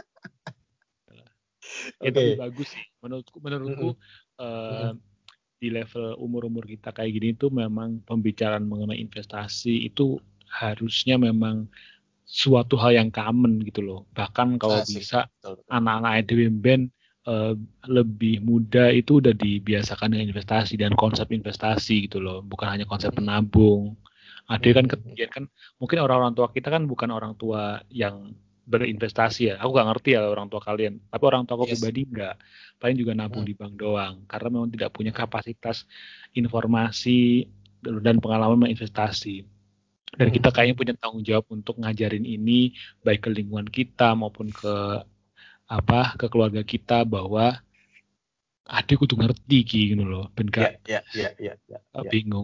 Itu okay. Bagus sih menurutku menurutku mm-hmm. uh, di level umur-umur kita kayak gini tuh memang pembicaraan mengenai investasi itu harusnya memang suatu hal yang common gitu loh. Bahkan kalau Asik. bisa betul, betul. anak-anak E D W band uh, lebih muda itu udah dibiasakan dengan investasi dan konsep investasi gitu loh, bukan hanya konsep menabung. Ada kan kemudian kan mungkin orang-orang tua kita kan bukan orang tua yang berinvestasi ya. Aku gak ngerti ya orang tua kalian, tapi orang tua aku yes. pribadi enggak. Paling juga nabung hmm. di bank doang karena memang tidak punya kapasitas informasi dan pengalaman menginvestasi. Dan kita kayaknya punya tanggung jawab untuk ngajarin ini baik ke lingkungan kita maupun ke apa ke keluarga kita bahwa adik kudu ngerti gitu loh, ben gak ya, ya, ya, ya, ya, bingung.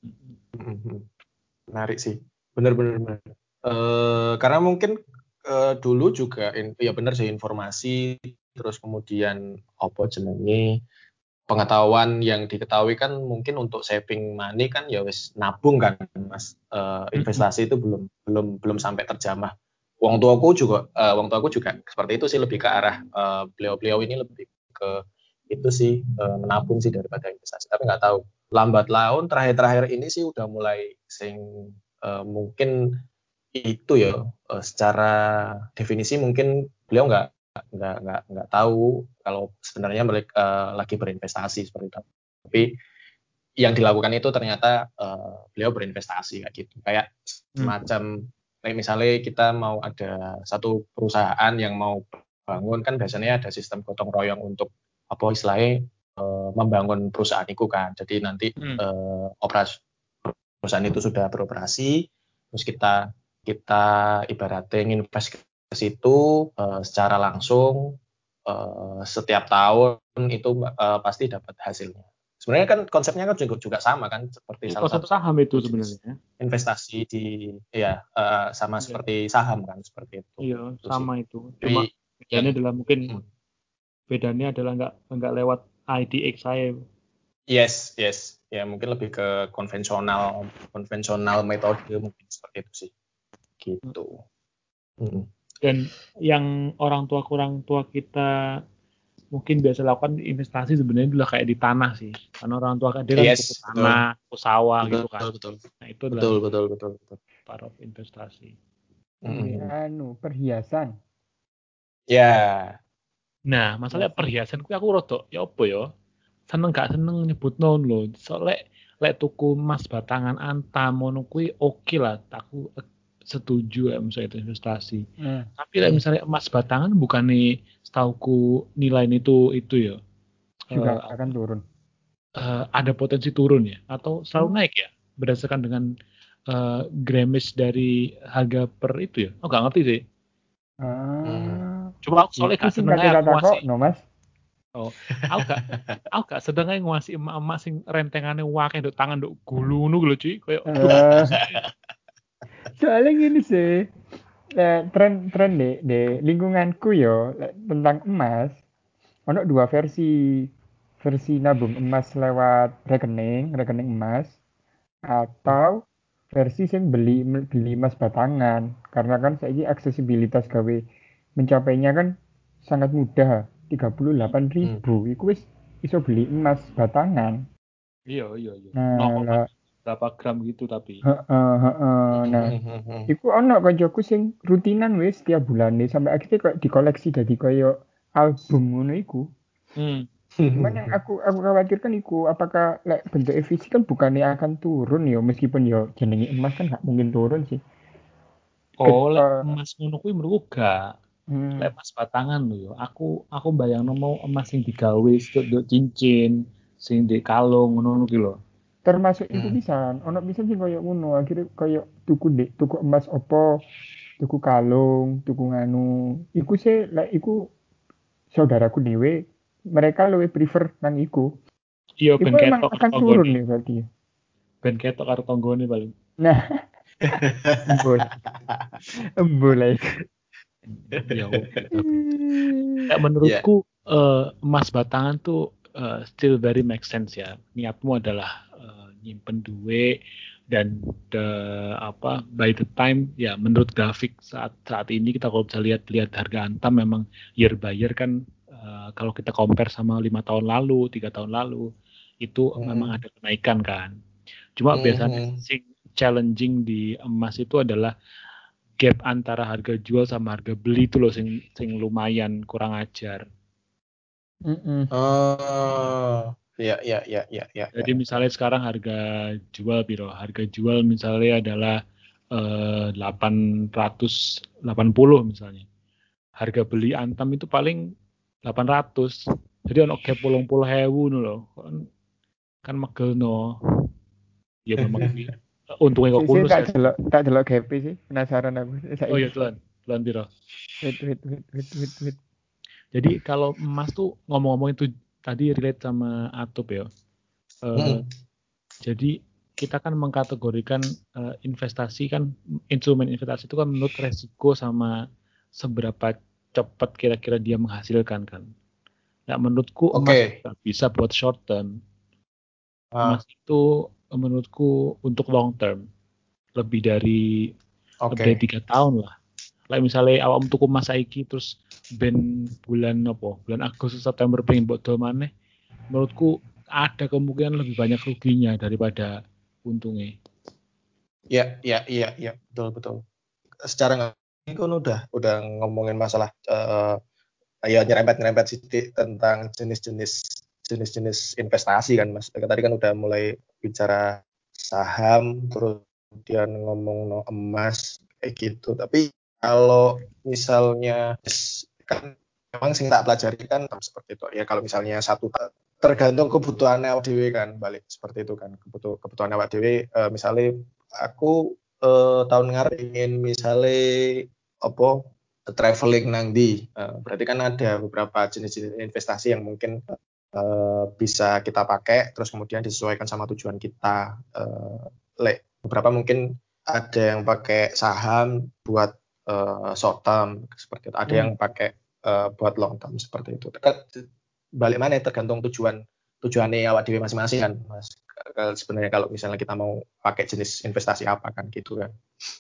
Menarik sih, benar-benar. Uh, karena mungkin uh, dulu juga in, ya benar sih informasi terus kemudian apa jenenge pengetahuan yang diketahui kan mungkin untuk saving money kan ya wis nabung kan Mas. Uh, investasi itu belum belum belum sampai terjamah. Wong tuaku juga uh, wong tuaku juga seperti itu sih, lebih ke arah uh, beliau-beliau ini lebih ke itu sih uh, menabung sih daripada investasi. Tapi nggak tahu lambat laun terakhir-terakhir ini sih udah mulai sing uh, mungkin itu ya uh, secara definisi mungkin beliau nggak nggak nggak nggak tahu kalau sebenarnya mereka uh, lagi berinvestasi seperti itu. Tapi yang dilakukan itu ternyata uh, beliau berinvestasi kayak gitu, kayak semacam kayak misalnya kita mau ada satu perusahaan yang mau bangun kan biasanya ada sistem gotong royong untuk apa istilahnya uh, membangun perusahaan itu kan. Jadi nanti hmm. uh, operasi perusahaan itu sudah beroperasi, terus kita kita ibaratnya invest ke situ uh, secara langsung uh, setiap tahun itu uh, pasti dapat hasilnya. Sebenarnya kan konsepnya kan juga, juga sama kan seperti ya, salah konsep satu saham itu sebenarnya. Investasi di ya uh, sama ya. Seperti saham kan seperti itu. Iya, itu sama sih. itu. Cuma Jadi, bedanya yang, adalah mungkin hmm. bedanya adalah nggak nggak lewat I D X saya. Yes, yes. Ya mungkin lebih ke konvensional, konvensional metode mungkin seperti itu sih. Gitu. Hmm. Dan yang orang tua kurang tua kita mungkin biasa lakukan investasi sebenarnya adalah kayak di tanah sih. Karena orang tua dia kan Yes, tuku betul. tanah, tuku sawah Betul, gitu kan. betul. Nah itu adalah Betul, betul, betul, betul. part of investasi. Ini Hmm. anu perhiasan. Ya. Nah masalah perhiasan kuwi aku rodok ya apa ya? Seneng gak seneng nyebutno lho. Soalnya lek tuku emas batangan antam ngono kuwi oke lah. Aku eh, setuju ya misalnya itu investasi. Nah, Tapi lek misalnya emas batangan bukan nih setauku nilai itu itu ya. juga eh, akan turun. eh, ada potensi turun ya atau selalu Oh. naik ya berdasarkan dengan eh, grammage dari harga per itu ya. Oh gak ngerti sih. Ah. Cuma aku soalnya Iku gak sing seneng aja kate aku kok, ngasih. no Mas. Oh, aku gak aku gak sedang aja ngasih emak-emak sing rentengane wakeh nduk tangan nduk gulu ngono lho cuy. Kayak Eh, soalnya gini sih. Eh, tren-tren di, di lingkunganku yo le- tentang emas, ono dua versi. Versi nabung emas lewat rekening, rekening emas, atau versi yang beli beli emas batangan. Karena kan saiki aksesibilitas gawe mencapainya kan sangat mudah. tiga puluh delapan ribu iku wis iso beli emas batangan. iya iya iya. Nah, nol koma lah, berapa gram gitu tapi. heeh, heeh. Nah, iku ono kancaku sing rutinan wis tiap bulan nih sampai akhirnya kok dikoleksi jadi koyo album ngono iku. Hmm. Cuman yang aku aku khawatirkan iku apakah lek bentuk fisik kan bukannya akan turun ya meskipun ya jenenge emas kan nggak mungkin turun sih. Oh, lek uh, emas ngono kuwi menurutku gak. hmm. Lek emas batangan lho yo. Aku aku bayangno mau emas sing digawe sedok cincin, sing di kalung ngono kuwi lho. Termasuk iku bisa ono bisa sih koyo ngono akhirnya koyo tuku dek tuku emas opo tuku kalung tuku nganu iku sih lek iku saudaraku dewe mereka lebih prefer nang iku Iya iku ben emang ketok karo akan turun tanggane. nih berarti Ben ketok karo tanggane paling. nah embul embul lah iku. Ya oke tapi. Ya menurutku eh, emas batangan tuh eh, still very make sense ya. Niatmu adalah eh, nyimpen duit dan the, apa by the time ya menurut grafik saat saat ini kita kalau bisa lihat lihat harga antam memang year by year kan eh, kalau kita compare sama lima tahun lalu tiga tahun lalu itu Hmm. memang ada kenaikan kan. Cuma Hmm. biasanya sing challenging di emas itu adalah gap antara harga jual sama harga beli itu loh sing sing lumayan kurang ajar. Mm-mm. Oh, ya, ya, ya, ya, ya. Jadi misalnya sekarang harga jual biro, harga jual misalnya adalah eh, delapan ratus delapan puluh misalnya. Harga beli Antam itu paling delapan ratus. Jadi ono gap bolong puluh hewu nih loh. Kan, kan megel no. Ya memang ini untungnya kok Sih, sih kuno tak sih. delok tak delok G P sih penasaran aku Oh iya saiki. tuan, tuan biro. Wait wait wait wait wait wait. Jadi kalau emas tuh ngomong-ngomong itu tadi relate sama Atup ya. Eh, Hmm. Jadi kita kan mengkategorikan uh, investasi kan instrumen investasi itu kan menurut resiko sama seberapa cepat kira-kira dia menghasilkan kan. Nah menurutku emas Oke. nggak bisa buat short term. Ah, Emas itu eh, menurutku untuk long term lebih dari lebih dari Oke. tiga tahun lah. Like misalnya awak tuku emas saiki terus ben bulan apa bulan Agustus September pengen buat dol maneh, menurutku ada kemungkinan lebih banyak ruginya daripada untungnya. Ya, ya, iya, iya, betul, betul. Secara nggak ini kan udah udah ngomongin masalah eh ya nyerempet-nyerempet sedikit tentang jenis-jenis jenis-jenis investasi kan Mas. Tadi kan udah mulai bicara saham, terus kemudian ngomong no emas kayak gitu. Tapi kalau misalnya kan memang sing tak pelajari kan seperti itu. Ya kalau misalnya satu tergantung kebutuhannya awak dhewe kan balik seperti itu kan. Kebutuh kebutuhan awak dhewe eh, misalnya aku eh, tahun ngarep ingin misalnya apa traveling nang di uh, berarti kan ada beberapa jenis-jenis investasi yang mungkin uh, bisa kita pakai terus kemudian disesuaikan sama tujuan kita uh, le, beberapa mungkin ada yang pakai saham buat uh, short term seperti itu ada Hmm. yang pakai uh, buat long term seperti itu balik mana tergantung tujuan tujuannya awak dhewe masing-masing kan, Mas. Sebenarnya kalau misalnya kita mau pakai jenis investasi apa kan gitu kan.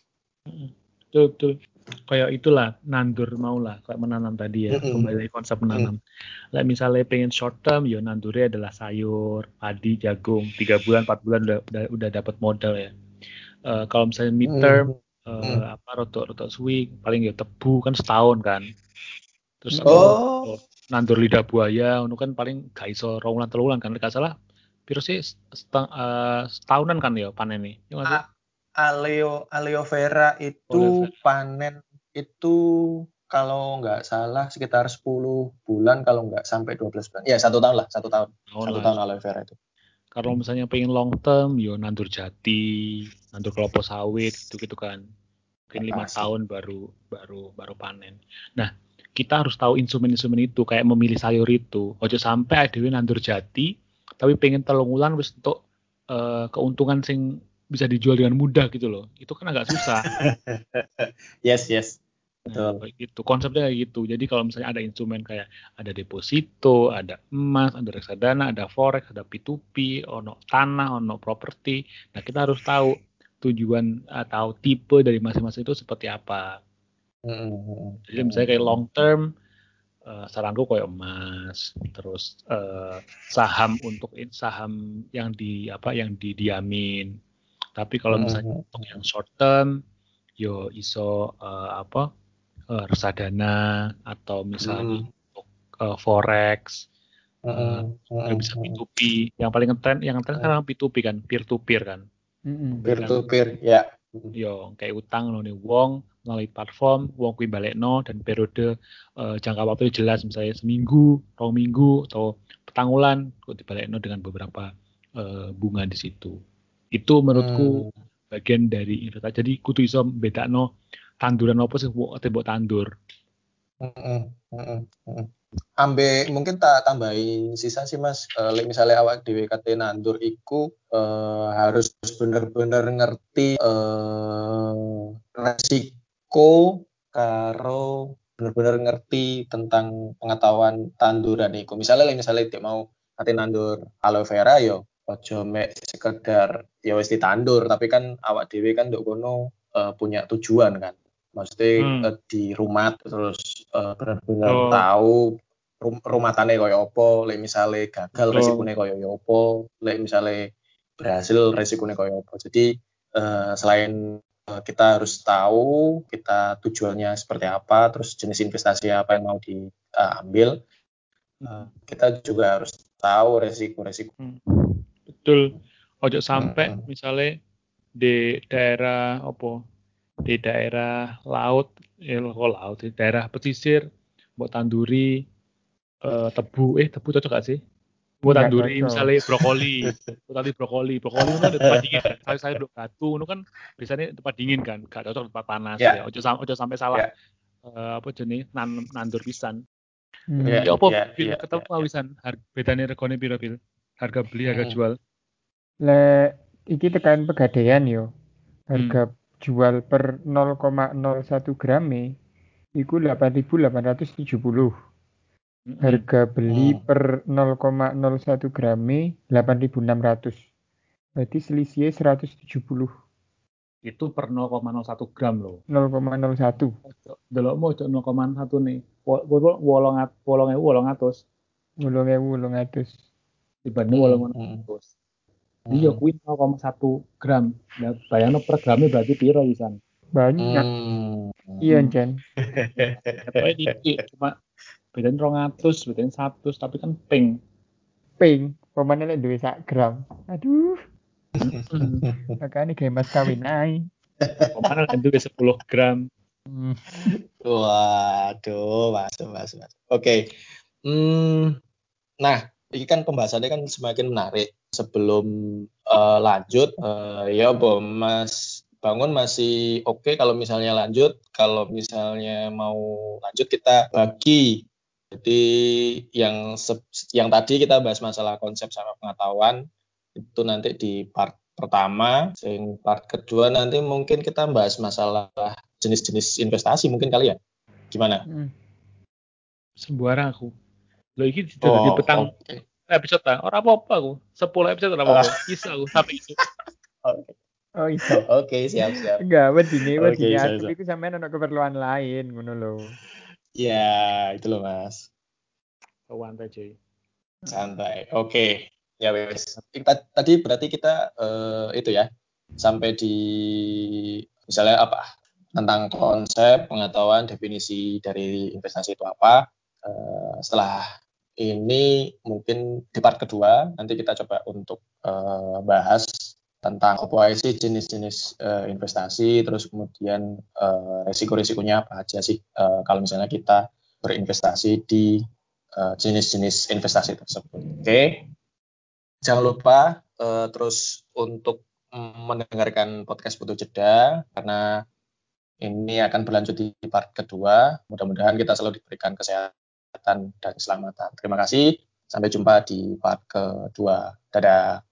Betul, betul. Kayak itulah nandur mau lah kayak menanam tadi ya, kembali lagi konsep menanam. Like misalnya pengen short term, ya nandurnya adalah sayur, padi, jagung, tiga bulan, empat bulan udah udah, udah dapat modal ya. Uh, kalau misalnya mid term, uh, apa rotok-rotok suwi, paling ya tebu kan setahun kan. Terus oh. oh, nandur lidah buaya, itu kan paling gak iso rong wulan telu wulan kan, gak salah. Piro sih setang, uh, setahunan kan ya panen nih. Ya nggak sih? Aleo aloe vera itu vera. Panen itu kalau nggak salah sekitar sepuluh bulan, kalau nggak sampai dua belas bulan. Ya satu tahun lah, satu tahun. tahun satu lah. tahun aloe vera itu. Kalau misalnya pengen long term, yo nandur jati, nandur kelapa sawit gitu-gitu kan. Mungkin lima tahun baru baru baru panen. Nah, kita harus tahu instrumen-instrumen itu, kayak memilih sayur itu. Ojo sampai dhewe nandur jati, tapi pengen telung wulan wis untuk uh, keuntungan sing bisa dijual dengan mudah gitu loh. Itu kan agak susah. yes, yes. Nah, kayak gitu. Konsepnya kayak gitu. Jadi kalau misalnya ada instrumen kayak ada deposito, ada emas, ada reksadana, ada forex, ada P to P, ono tanah, ono properti. Nah, kita harus tahu tujuan atau tipe dari masing-masing itu seperti apa. Mm-hmm. Jadi misalnya kayak long term, uh, saranku kayak emas, terus uh, saham untuk saham yang di apa yang didiamin. Tapi kalau misalnya mm-hmm. untuk yang short term, yo iso uh, apa uh, reksadana atau misalnya mm. untuk uh, forex, uh, mm. bisa P to P. Yang paling ngetren, yang ngetren sekarang P to P kan, peer to peer kan. Mm. Peer to peer, ya. Yo kayak utang nih wong melalui platform, wong kuwi balekno dan periode uh, jangka waktu jelas, misalnya seminggu, rong minggu atau petangulan kok dibalekno dengan beberapa uh, bunga di situ. Itu menurutku mm. bagian dari investasi. Jadi kudu iso bedakno tanduran apa sih mbok mbok tandur. Heeh, heeh, heeh. Ambe mungkin tak tambahin sisa sih Mas, uh, misalnya awak dhewe kate nandur iku uh, harus bener-bener ngerti uh, resiko karo bener-bener ngerti tentang pengetahuan tanduran iku. Misalnya misalnya dia mau kate nandur aloe vera yo ojo mek sekedar ya wis ditandur, tapi kan awak dhewe kan nduk kono uh, punya tujuan kan. Maksudnya hmm. uh, di rumah terus uh, benar-benar oh. tahu rum- rumatane koyo apa, lek misale gagal oh. resikone koyo apa, lek misale berhasil resikone koyo apa. Jadi uh, selain uh, kita harus tahu kita tujuannya seperti apa, terus jenis investasi apa yang mau diambil, uh, kita juga harus tahu resiko-resiko. Hmm. Betul. Ojo sampai hmm. misalnya di daerah apa? Di daerah laut, eh kok laut di daerah pesisir, buat tanduri uh, tebu, eh tebu cocok gak sih? Buat tanduri misalnya brokoli, buat tanduri brokoli, brokoli itu kan di tempat dingin kan, saya saya duduk batu, itu kan biasanya tempat dingin kan, gak cocok tempat panas yeah. ya. Ojo sampai ojo sampai salah yeah. uh, apa jenis nan, nandur pisan. Hmm. Ya apa yeah, bil yeah, ketemu yeah, wisan, harga bedanya regane piro bil? Harga beli, harga hmm. jual. Le iki tekan pegadaian yo. Harga hmm. jual per nol koma nol satu gram iku delapan ribu delapan ratus tujuh puluh. Mm-hmm. Harga beli mm. per nol koma nol satu gram delapan ribu enam ratus. Berarti selisihnya seratus tujuh puluh. Itu per nol koma nol satu gram loh. nol koma nol satu. Delokmu cok nol koma satu nih. wolong ewu wolong atus. wolong ewu wolong atus. Dibanding wolong atus. Iya kuwi nol koma satu gram. Nah, bayangno per gramnya berarti piro wisan? Banyak. Hmm. Iya, Jan. Ketoke dikit, cuma bedanya rong atus, bedanya seratus, tapi kan ping. Ping, pemane lek duwe sak gram. Aduh. Makanya kayak mas kawin ae. Pemane lek duwe sepuluh gram. Waduh, masuk, masuk, masuk. Oke. Okay. Hmm, nah, ini kan pembahasannya kan semakin menarik. Sebelum uh, lanjut, uh, ya Bo, Mas Bangun masih oke okay kalau misalnya lanjut. Kalau misalnya mau lanjut kita bagi. Jadi yang se- yang tadi kita bahas masalah konsep sama pengetahuan itu nanti di part pertama. Yang part kedua nanti mungkin kita bahas masalah jenis-jenis investasi mungkin kali ya. Gimana? Hmm. Sembarang aku. Lo iki sudah oh, di petang. Okay. episode lah. Orang apa-apa aku. sepuluh episode lah apa-apa. Bisa aku sampai itu. Oke. Oh iso. Oke, siap siap. Enggak, wedine Oke, wedine iso, aku iso. iku sampean ono keperluan lain ngono lho. Ya, itu loh Mas. Santai cuy. Santai. Oke. Ya wes. Kita- Tadi berarti kita eh, itu ya sampai di misalnya apa tentang konsep, pengetahuan, definisi dari investasi itu apa. Eh, setelah ini mungkin di part kedua nanti kita coba untuk eh, bahas tentang apa sih jenis-jenis eh, investasi, terus kemudian eh, resiko-risikonya apa aja sih eh, kalau misalnya kita berinvestasi di eh, jenis-jenis investasi tersebut. Oke, jangan lupa eh, terus untuk mm, mendengarkan podcast Butuh Jeda karena ini akan berlanjut di part kedua. Mudah-mudahan kita selalu diberikan kesehatan dan keselamatan. Terima kasih. Sampai jumpa di part kedua. Dadah.